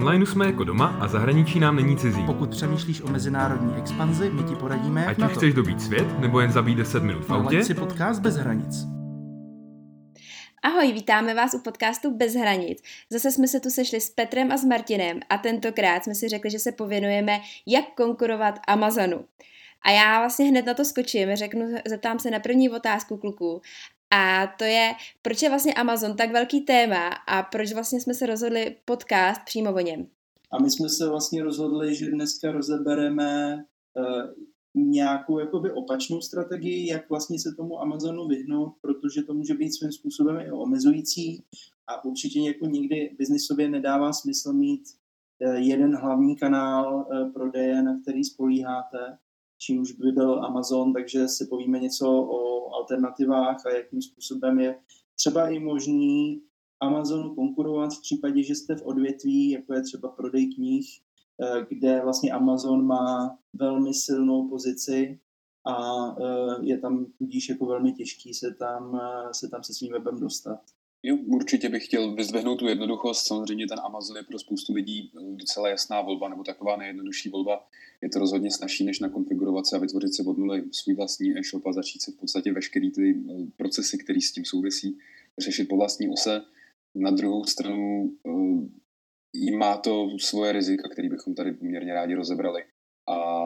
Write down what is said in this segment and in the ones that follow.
onlineu jsme jako doma a zahraničí nám není cizí. Pokud přemýšlíš o mezinárodní expanzi, my ti poradíme, jak Ať na už to. chceš dobít svět, nebo jen zabít 10 minut v autě. Nalaď si podcast Bez hranic. Ahoj, vítáme vás u podcastu Bez hranic. Zase jsme se tu sešli s Petrem a s Martinem a tentokrát jsme si řekli, že se pověnujeme, jak konkurovat Amazonu. A já vlastně hned na to skočím, zeptám se na první otázku kluků. A to je, proč je vlastně Amazon tak velký téma a proč vlastně jsme se rozhodli podcast přímo o něm. A my jsme se vlastně rozhodli, že dneska rozebereme nějakou jakoby opačnou strategii, jak vlastně se tomu Amazonu vyhnout, protože to může být svým způsobem i omezující a určitě jako nikdy biznisově nedává smysl mít jeden hlavní kanál prodeje, na který spolíháte, čímž by byl Amazon, takže si povíme něco o alternativách a jakým způsobem je třeba i možný Amazonu konkurovat v případě, že jste v odvětví, jako je třeba prodej knih, kde vlastně Amazon má velmi silnou pozici a je tam tudíž jako velmi těžký se tam se svým webem dostat. Jo, určitě bych chtěl vyzdvihnout tu jednoduchost. Samozřejmě ten Amazon je pro spoustu lidí docela jasná volba, nebo taková nejjednodušší volba. Je to rozhodně snazší, než nakonfigurovat se a vytvořit si od nuly svůj vlastní e-shop a začít si v podstatě veškerý ty procesy, které s tím souvisí, řešit po vlastní ose. Na druhou stranu má to svoje rizika, které bychom tady poměrně rádi rozebrali. A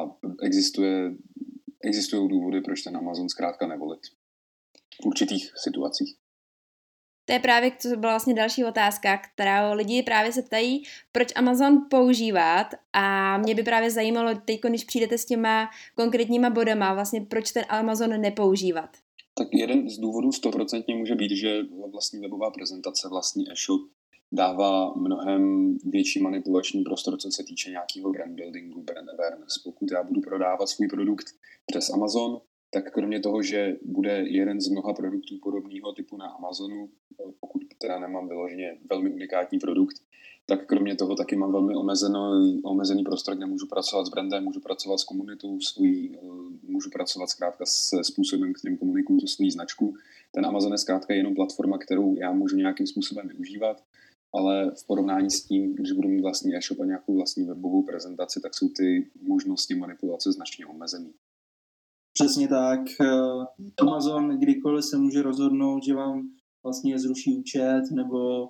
existují důvody, proč ten Amazon zkrátka nevolit v určitých situacích. To je právě, to byla vlastně další otázka, kterou lidi právě se ptají, proč Amazon používat a mě by právě zajímalo teď, když přijdete s těma konkrétníma bodama, vlastně proč ten Amazon nepoužívat. Tak jeden z důvodů 100% může být, že vlastní webová prezentace, vlastní e-shop dává mnohem větší manipulační prostor, co se týče nějakého brand buildingu, brand awareness. Pokud já budu prodávat svůj produkt přes Amazon, tak kromě toho, že bude jeden z mnoha produktů podobného typu na Amazonu, pokud teda nemám vyloženě velmi unikátní produkt, tak kromě toho taky mám velmi omezený prostor, kde můžu pracovat s brandem, můžu pracovat s komunitou můžu pracovat zkrátka se způsobem, kterým komunikuju tu svou značku. Ten Amazon je zkrátka jenom platforma, kterou já můžu nějakým způsobem využívat, ale v porovnání s tím, když budu mít vlastní e-shop a nějakou vlastní webovou prezentaci, tak jsou ty možnosti manipulace značně omezený. Přesně tak. Amazon kdykoliv se může rozhodnout, že vám vlastně zruší účet nebo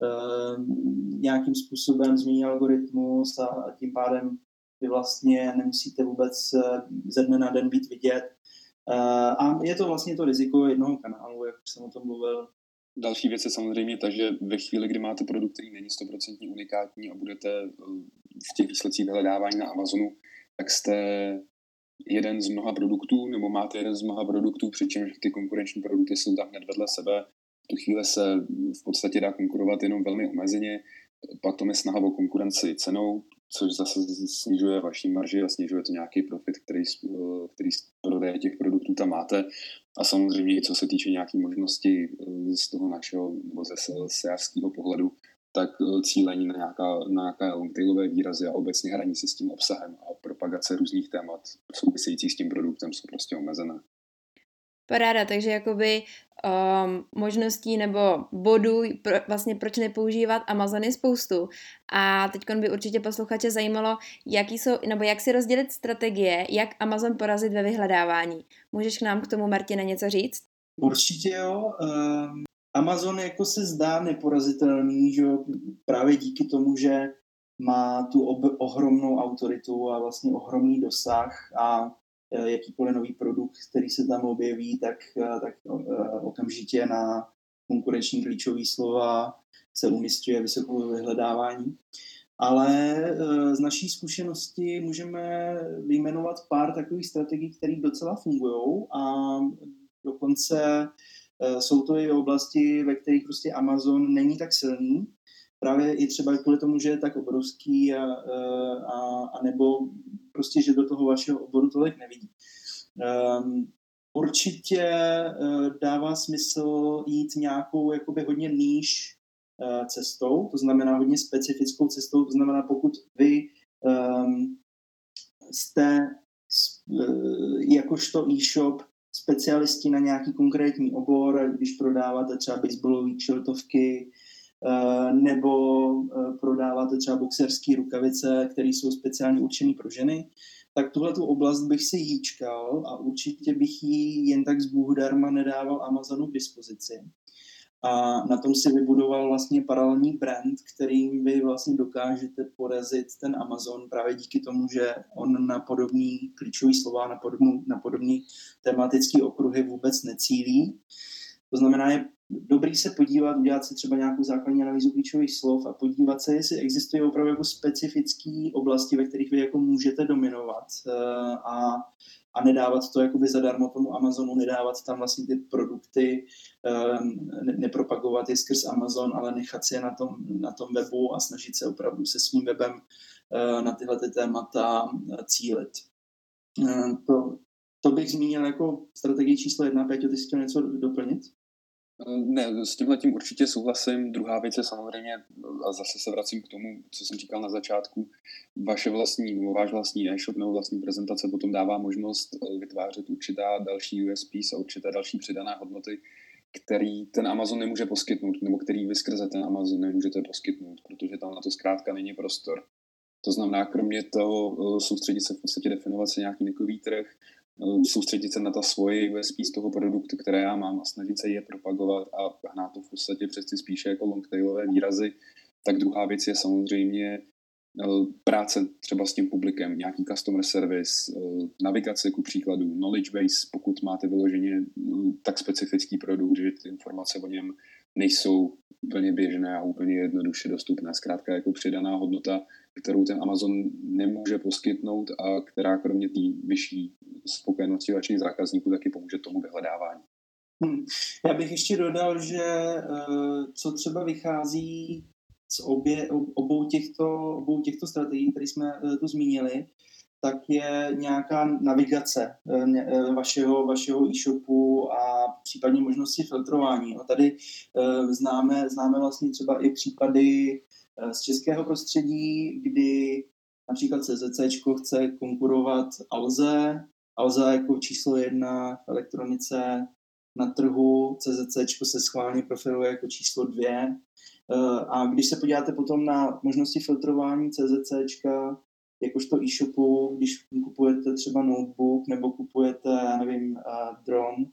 nějakým způsobem změní algoritmus a tím pádem vy vlastně nemusíte vůbec ze dne na den být vidět. A je to vlastně to riziko jednoho kanálu, jak jsem o tom mluvil. Další věc je samozřejmě ta, že ve chvíli, kdy máte produkt, který není 100% unikátní a budete v těch výsledcích vyhledávání na Amazonu, tak jste jeden z mnoha produktů, nebo máte jeden z mnoha produktů, přičemž ty konkurenční produkty jsou tam hned vedle sebe. V tu chvíli se v podstatě dá konkurovat jenom velmi omezeně. Pak to je snaha o konkurenci cenou, což zase snižuje vaši marži a snižuje to nějaký profit, který z prodeje těch produktů tam máte. A samozřejmě, co se týče nějaké možnosti z toho našeho, nebo ze SEAřského pohledu, tak cílení na nějaké longtailové výrazy a obecně hraní se s tím obsahem a propagace různých témat souvisejících s tím produktem jsou prostě omezené. Paráda, takže jakoby možností nebo bodů, vlastně proč nepoužívat Amazon je spoustu. A teď by určitě posluchače zajímalo, jak si rozdělit strategie, jak Amazon porazit ve vyhledávání. Můžeš k nám k tomu, Martina, něco říct? Určitě jo. Amazon jako se zdá neporazitelný, že právě díky tomu, že má tu ohromnou autoritu a vlastně ohromný dosah a jakýkoliv nový produkt, který se tam objeví, tak okamžitě na konkurenční klíčové slova se umisťuje vysokou vyhledávání. Ale z naší zkušenosti můžeme vyjmenovat pár takových strategií, které docela fungují a dokonce jsou to i oblasti, ve kterých prostě Amazon není tak silný. Právě i třeba kvůli tomu, že je tak obrovský a nebo prostě, že do toho vašeho oboru tolik nevidí. Určitě dává smysl jít nějakou jakoby hodně níž cestou, to znamená hodně specifickou cestou, to znamená pokud vy jste jakožto e-shop specialisti na nějaký konkrétní obor, když prodáváte třeba baseballové kšiltovky, nebo prodáváte třeba boxerské rukavice, které jsou speciálně určené pro ženy, tak tuhletu oblast bych si hýčkal a určitě bych ji jen tak z bůhu darma nedával Amazonu k dispozici. A na tom si vybudoval vlastně paralelní brand, kterým vy vlastně dokážete porazit ten Amazon právě díky tomu, že on na podobný klíčový slova, na podobný tematický okruhy vůbec necílí. To znamená, je dobrý se podívat, udělat si třeba nějakou základní analýzu klíčových slov a podívat se, jestli existují opravdu jako specifické oblasti, ve kterých vy jako můžete dominovat a nedávat to jakoby zadarmo tomu Amazonu, nedávat tam vlastně ty produkty, nepropagovat je skrz Amazon, ale nechat si je na tom webu a snažit se opravdu se svým webem na tyhle témata cílit. To bych zmínil jako strategii číslo 1. Péťo, ty jsi chtěl něco doplnit? Ne, s tímhletím určitě souhlasím. Druhá věc je samozřejmě, a zase se vracím k tomu, co jsem říkal na začátku, váš vlastní e-shop nebo vlastní prezentace potom dává možnost vytvářet určitá další USPs a určité další přidané hodnoty, který ten Amazon nemůže poskytnout, nebo který vy skrze ten Amazon nemůžete poskytnout, protože tam na to zkrátka není prostor. To znamená, kromě toho soustředit se v podstatě definovat se nějaký nikový trh, soustředit se na ta svoje USP z toho produktu, které já mám a snažit se je propagovat a hnát to v podstatě přes ty spíše jako longtailové výrazy. Tak druhá věc je samozřejmě práce třeba s tím publikem, nějaký customer service, navigace ku příkladu, knowledge base, pokud máte vyloženě tak specifický produkt, že ty informace o něm nejsou úplně běžné a úplně jednoduše dostupné. Zkrátka jako přidaná hodnota, kterou ten Amazon nemůže poskytnout a která kromě té vyšší spokojenosti vašich zákazníků taky pomůže tomu vyhledávání. Já bych ještě dodal, že co třeba vychází z obou těchto strategií, které jsme tu zmínili, tak je nějaká navigace vašeho e-shopu a případně možnosti filtrování. A tady známe vlastně třeba i případy z českého prostředí, kdy například CZCčko chce konkurovat Alze. Alza jako číslo 1 v elektronice na trhu, CZCčko se schválně profiluje jako číslo 2. A když se podíváte potom na možnosti filtrování CZCčka, jakožto e-shopu, když kupujete třeba notebook nebo kupujete, dron,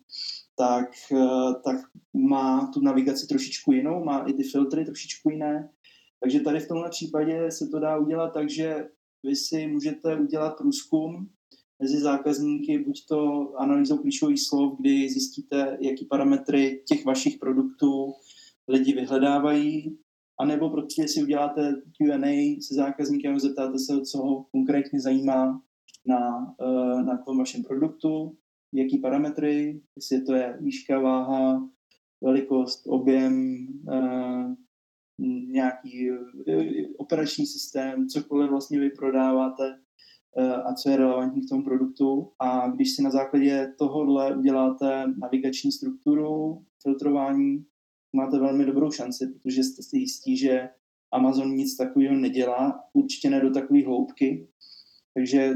tak má tu navigaci trošičku jinou, má i ty filtry trošičku jiné. Takže tady v tomhle případě se to dá udělat tak, že vy si můžete udělat průzkum mezi zákazníky, buď to analýzou klíčových slov, kdy zjistíte, jaký parametry těch vašich produktů lidi vyhledávají, anebo prostě si uděláte Q&A se zákazníkem, zeptáte se, co ho konkrétně zajímá na tom vašem produktu, jaký parametry, jestli to je výška, váha, velikost, objem, nějaký operační systém, cokoliv vlastně vy prodáváte a co je relevantní k tomu produktu. A když si na základě tohohle uděláte navigační strukturu, filtrování, máte velmi dobrou šanci, protože jste si jistí, že Amazon nic takového nedělá, určitě ne do takové hloubky. Takže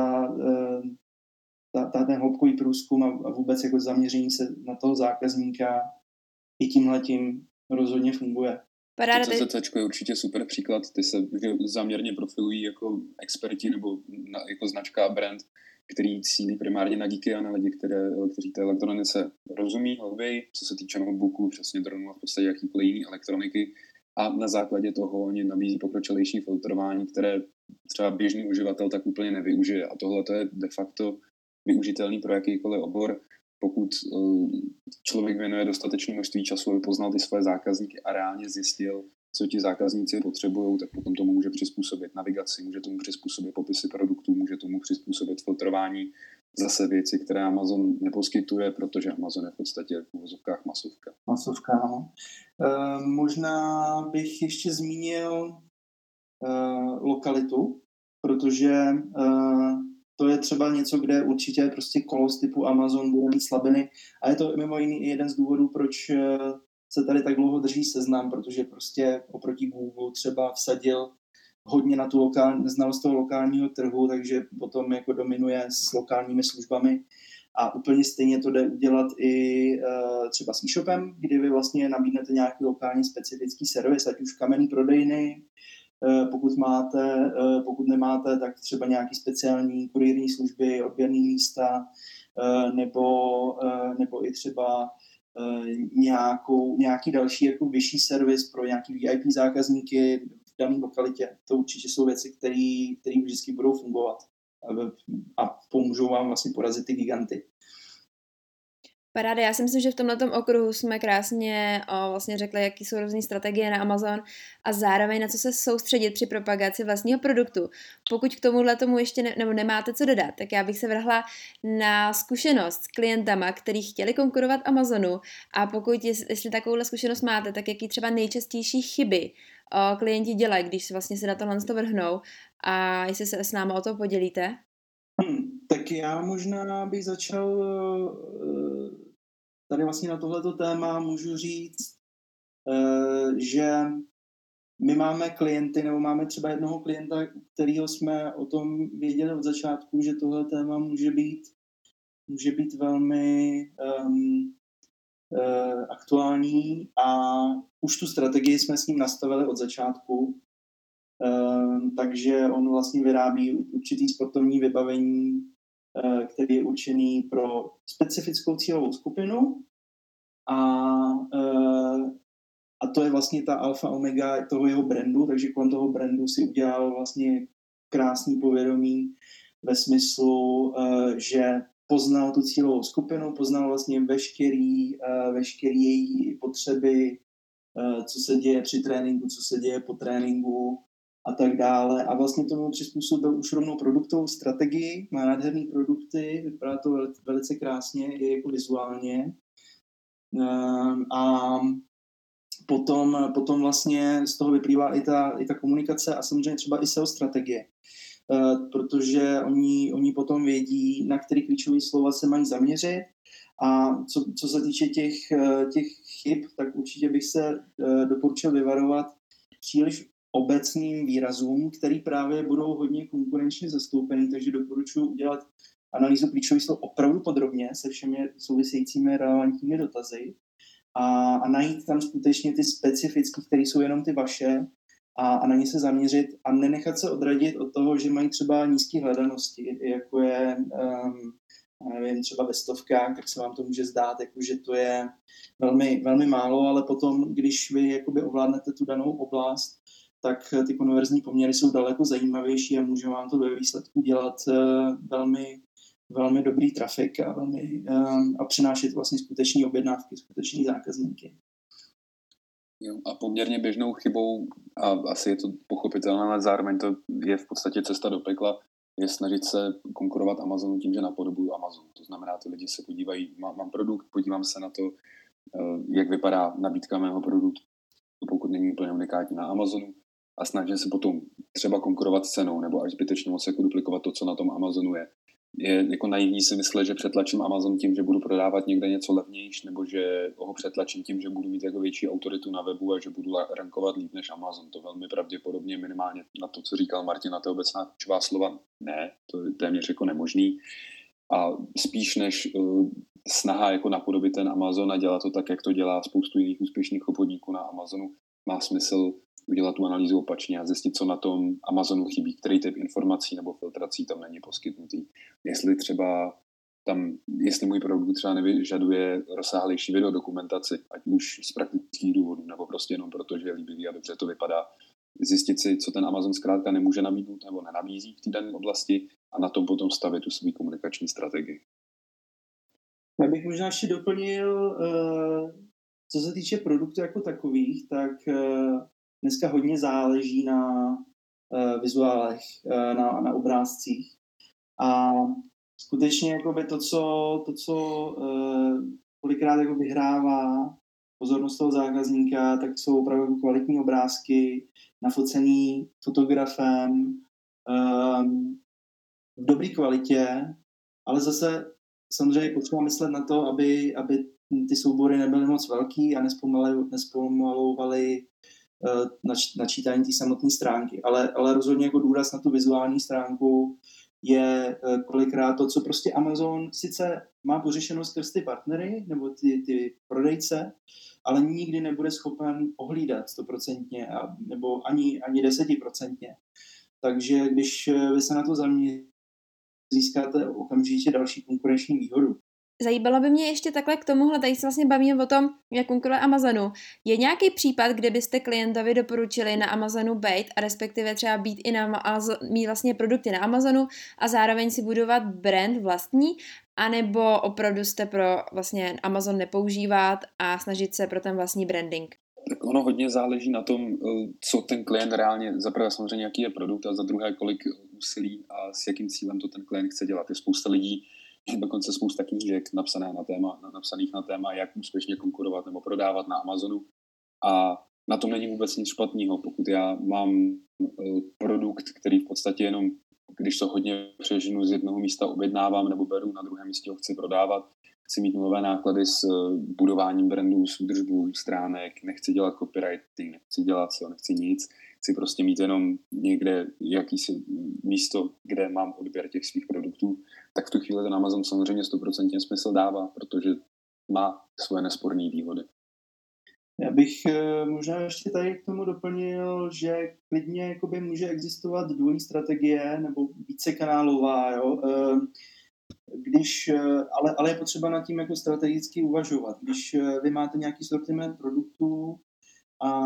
ten hloubkový průzkum a vůbec jako zaměření se na toho zákazníka i tímhletím rozhodně funguje. CZCčko je určitě super příklad, ty se záměrně profilují jako experti nebo jako značka a brand, který cílí primárně na geeky a na lidi, kteří té elektronice rozumí hlouběji, co se týče notebooků, přesně dronů a v podstatě jakýkoliv jiný elektroniky. A na základě toho oni nabízí pokročilejší filtrování, které třeba běžný uživatel tak úplně nevyužije. A tohle je de facto využitelný pro jakýkoliv obor. Pokud člověk věnuje dostatečné množství času, aby poznal ty svoje zákazníky a reálně zjistil, co ti zákazníci potřebují, tak potom tomu může přizpůsobit navigaci, může tomu přizpůsobit popisy produktů, může tomu přizpůsobit filtrování. Zase věci, které Amazon neposkytuje, protože Amazon je v podstatě v uvozovkách masovka. Masovka, no. Možná bych ještě zmínil lokalitu, protože to je třeba něco, kde určitě prostě kolos typu Amazon bude mít slabiny. A je to mimo jiný jeden z důvodů, proč se tady tak dlouho drží Seznam, protože prostě oproti Google třeba vsadil hodně na tu znalost toho lokálního trhu, takže potom jako dominuje s lokálními službami. A úplně stejně to jde udělat i třeba s e-shopem, kdy vy vlastně nabídnete nějaký lokální specifický servis, ať už kamenný prodejny, pokud nemáte, tak třeba nějaký speciální kurýrní služby, odběrné místa, nebo i třeba nějaký další jako vyšší servis pro nějaký VIP zákazníky v dané lokalitě. To určitě jsou věci, které vždycky budou fungovat a pomůžou vám vlastně porazit ty giganty. Paráda, já si myslím, že v tomhletom okruhu jsme krásně vlastně řekli, jaký jsou různé strategie na Amazon a zároveň na co se soustředit při propagaci vlastního produktu. Pokud k tomuhle tomu ještě nebo nemáte co dodat, tak já bych se vrhla na zkušenost s klientama, kteří chtěli konkurovat Amazonu, a pokud jestli takovouhle zkušenost máte, tak jaký třeba nejčastější chyby klienti dělají, když vlastně se na tohle vrhnou, a jestli se s námi o to podělíte. Tak já možná bych začal tady vlastně na tohleto téma můžu říct, že my máme klienty, nebo máme třeba jednoho klienta, kterýho jsme o tom věděli od začátku, že tohle téma může být velmi aktuální, a už tu strategii jsme s ním nastavili od začátku. Takže on vlastně vyrábí určitý sportovní vybavení, který je určený pro specifickou cílovou skupinu, a to je vlastně ta alfa omega toho jeho brandu, takže kolem toho brandu si udělal vlastně krásný povědomí ve smyslu, že poznal tu cílovou skupinu, poznal vlastně veškerý její potřeby, co se děje při tréninku, co se děje po tréninku a tak dále. A vlastně tomu přizpůsobil už rovnou produktovou strategii, má nádherný produkty, vypadá to velice krásně i jako vizuálně. A potom vlastně z toho vyplývá i ta komunikace a samozřejmě třeba i SEO strategie. Protože oni potom vědí, na který klíčové slova se mají zaměřit. A co se týče těch chyb, tak určitě bych se doporučil vyvarovat příliš obecným výrazům, který právě budou hodně konkurenčně zastoupený, takže doporučuji udělat analýzu klíčových slov opravdu podrobně se všemi souvisejícími relevantními dotazy a najít tam skutečně ty specifické, které jsou jenom ty vaše, a na ně se zaměřit a nenechat se odradit od toho, že mají třeba nízké hledanosti, jako je nevím, třeba ve stovkách, tak se vám to může zdát, jako že to je velmi, velmi málo, ale potom, když vy jakoby ovládnete tu danou oblast, tak ty konverzní poměry jsou daleko zajímavější a může vám to ve výsledku dělat velmi, velmi dobrý trafik a přinášet vlastně skutečné objednávky, skutečné zákazníky. Jo, a poměrně běžnou chybou, a asi je to pochopitelné, ale zároveň to je v podstatě cesta do pekla, je snažit se konkurovat Amazonu tím, že napodobuju Amazon. To znamená, ty lidi se podívají, mám produkt, podívám se na to, jak vypadá nabídka mého produktu, pokud není úplně unikátní na Amazonu, a snažím se potom třeba konkurovat s cenou, nebo až zbytečně moc jako duplikovat to, co na tom Amazonu je. Je jako naivní si myslet, že přetlačím Amazon tím, že budu prodávat někde něco levnější, nebo že ho přetlačím tím, že budu mít jako větší autoritu na webu a že budu rankovat líp než Amazon. To velmi pravděpodobně minimálně na to, co říkal Martin, na to obecná klíčová slova, ne, to je téměř jako nemožný. A spíš než snaha jako napodobit ten Amazon a dělat to tak, jak to dělá spoustu jiných úspěšných obchodníků na Amazonu, má smysl udělat tu analýzu opačně a zjistit, co na tom Amazonu chybí, který typ informací nebo filtrací tam není poskytnutý. Jestli můj produkt třeba nevyžaduje rozsáhlejší videodokumentaci, ať už z praktických důvodů, nebo prostě jenom proto, že je líbivý a dobře to vypadá. Zjistit si, co ten Amazon zkrátka nemůže nabídnout nebo nenabízí v té dané oblasti a na tom potom stavět tu svou komunikační strategii. Já bych možná ještě doplnil, co se týče produktů jako takových, tak dneska hodně záleží na vizuálech, na obrázcích. A skutečně jakoby to, co kolikrát jako vyhrává pozornost toho zákazníka, tak jsou opravdu kvalitní obrázky, nafocený fotografem, v dobré kvalitě, ale zase samozřejmě potřeba myslet na to, aby ty soubory nebyly moc velký a nespomalovaly načítání té samotné stránky. Ale rozhodně jako důraz na tu vizuální stránku je kolikrát to, co prostě Amazon sice má pořešeno skrz ty partnery nebo ty prodejce, ale nikdy nebude schopen ohlídat 100% nebo ani 10%. Takže když vy se na to zaměříte, získáte okamžitě další konkurenční výhodu. Zajímalo by mě ještě takhle k tomuhle, tady se vlastně bavíme o tom, jak konkuruje Amazonu. Je nějaký případ, kde byste klientovi doporučili na Amazonu být a respektive třeba být i mít vlastně produkty na Amazonu a zároveň si budovat brand vlastní, anebo opravdu jste pro vlastně Amazon nepoužívat a snažit se pro ten vlastní branding? Tak ono hodně záleží na tom, co ten klient reálně, za prvé samozřejmě jaký je produkt a za druhé kolik úsilí a s jakým cílem to ten klient chce dělat. Je spousta lidí, dokonce spousta knížek napsaných na téma, jak úspěšně konkurovat nebo prodávat na Amazonu. A na tom není vůbec nic špatného. Pokud já mám produkt, který v podstatě jenom, když to hodně přeženu, z jednoho místa objednávám nebo beru, na druhém místě ho chci prodávat, chci mít nové náklady s budováním brandů, s údržbou stránek, nechci dělat copywriting, nechci nic, chci prostě mít jenom někde jakýsi místo, kde mám odběr těch svých produktů, tak v tu chvíli ten Amazon samozřejmě 100% smysl dává, protože má svoje nesporné výhody. Já bych možná ještě tady k tomu doplnil, že klidně jakoby může existovat dvojí strategie nebo vícekanálová, jo? Ale je potřeba nad tím jako strategicky uvažovat. Když vy máte nějaký sortiment produktů a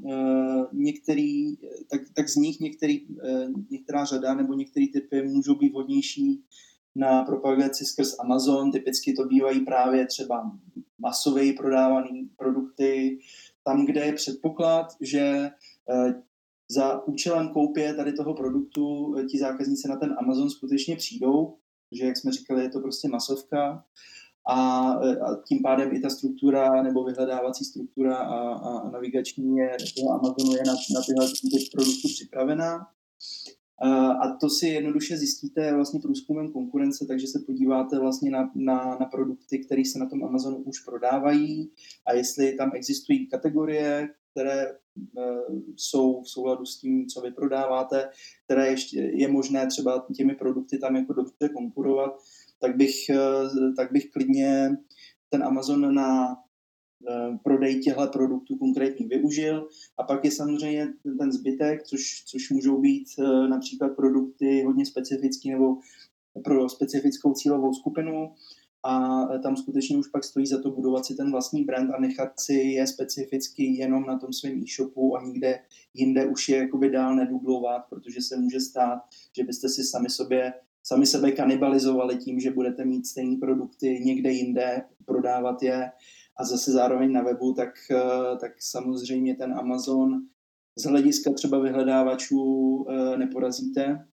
tak z nich některá řada nebo některé typy můžou být vhodnější na propagaci skrz Amazon. Typicky to bývají právě třeba masově prodávané produkty, tam, kde je předpoklad, že za účelem koupě tady toho produktu ti zákazníci na ten Amazon skutečně přijdou, že jak jsme říkali, je to prostě masovka a tím pádem i ta struktura nebo vyhledávací struktura a navigační toho Amazonu je na tyhle produkty připravená. A to si jednoduše zjistíte vlastně průzkumem konkurence, takže se podíváte vlastně na produkty, které se na tom Amazonu už prodávají a jestli tam existují kategorie, které jsou v souladu s tím, co vy prodáváte, které ještě je možné třeba těmi produkty tam jako dobře konkurovat, tak bych klidně ten Amazon na prodej těchto produktů konkrétních využil. A pak je samozřejmě ten zbytek, což můžou být například produkty hodně specifické nebo pro specifickou cílovou skupinu. A tam skutečně už pak stojí za to budovat si ten vlastní brand a nechat si je specificky jenom na tom svém e-shopu a nikde jinde už je jakoby dál nedublovat, protože se může stát, že byste si sami sebe kanibalizovali tím, že budete mít stejné produkty někde jinde, prodávat je a zase zároveň na webu, tak samozřejmě ten Amazon z hlediska třeba vyhledávačů neporazíte.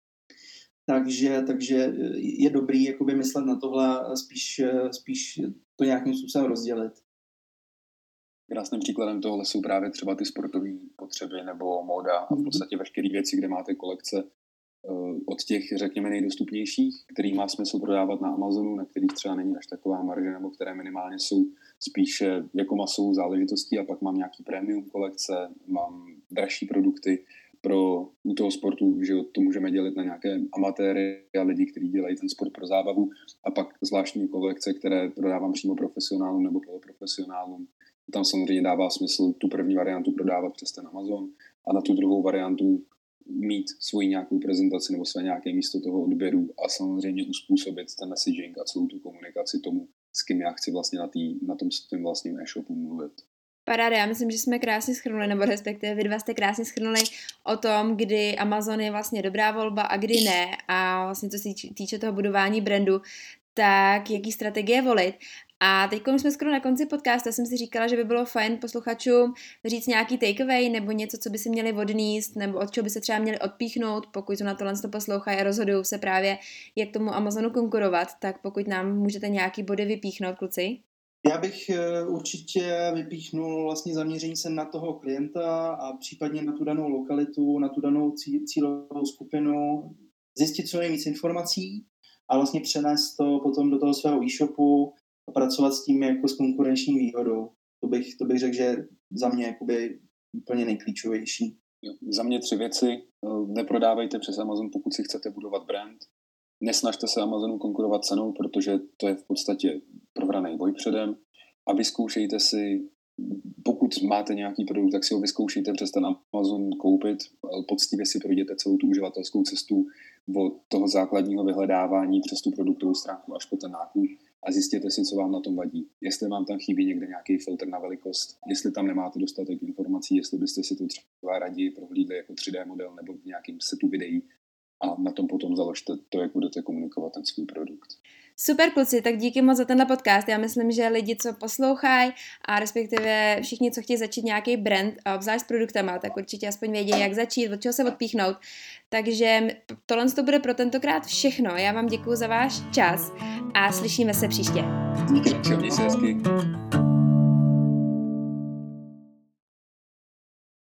Takže je dobrý jakoby myslet na tohle a spíš to nějakým způsobem rozdělit. Krásným příkladem tohle jsou právě třeba ty sportové potřeby nebo móda a v podstatě veškeré věci, kde máte kolekce od těch, řekněme, nejdostupnějších, který má smysl prodávat na Amazonu, na kterých třeba není až taková marže, nebo které minimálně jsou spíše jako masovou záležitostí a pak mám nějaký premium kolekce, mám dražší produkty u toho sportu, že to můžeme dělit na nějaké amatéry a lidi, kteří dělají ten sport pro zábavu a pak zvláštní kolekce, které prodávám přímo profesionálům nebo poloprofesionálům. Tam samozřejmě dává smysl tu první variantu prodávat přes ten Amazon a na tu druhou variantu mít svoji nějakou prezentaci nebo své nějaké místo toho odběru a samozřejmě uspůsobit ten messaging a celou tu komunikaci tomu, s kým já chci vlastně na tom svém vlastním e-shopu mluvit. Paráda, já myslím, že jsme krásně shrnuli, nebo respektive vy dva jste krásně shrnuli o tom, kdy Amazon je vlastně dobrá volba a kdy ne a vlastně co se týče toho budování brandu, tak jaký strategie volit. A teď jsme skoro na konci podcastu, jsem si říkala, že by bylo fajn posluchačům říct nějaký takeaway nebo něco, co by si měli odníst nebo od čeho by se třeba měli odpíchnout, pokud to na tohle poslouchají a rozhodují se právě, jak tomu Amazonu konkurovat, tak pokud nám můžete nějaký body vypíchnout, kluci. Já bych určitě vypíchnul vlastně zaměření se na toho klienta a případně na tu danou lokalitu, na tu danou cílovou skupinu, zjistit co nejvíc informací a vlastně přenést to potom do toho svého e-shopu a pracovat s tím jako s konkurenční výhodou. To bych řekl, že za mě jakoby úplně nejklíčovější. Za mě 3 věci. Neprodávejte přes Amazon, pokud si chcete budovat brand. Nesnažte se Amazonu konkurovat cenou, protože to je v podstatě prohraný boj předem. A vyzkoušejte si, pokud máte nějaký produkt, tak si ho vyzkoušejte přes ten Amazon koupit. Poctivě si projděte celou tu uživatelskou cestu od toho základního vyhledávání přes tu produktovou stránku až po ten nákup a zjistěte si, co vám na tom vadí. Jestli vám tam chybí někde nějaký filtr na velikost, jestli tam nemáte dostatek informací, jestli byste si to třeba raději prohlídli jako 3D model nebo v nějakým setu videí a na tom potom založte to, jak budete komunikovat ten svůj produkt. Super kluci, tak díky moc za tenhle podcast. Já myslím, že lidi, co poslouchají a respektive všichni, co chtějí začít nějaký brand, obzvlášť s produktama, tak určitě aspoň vědí, jak začít, od čeho se odpíchnout. Takže tohle to bude pro tentokrát všechno. Já vám děkuju za váš čas a slyšíme se příště. Díky, měj se hezky.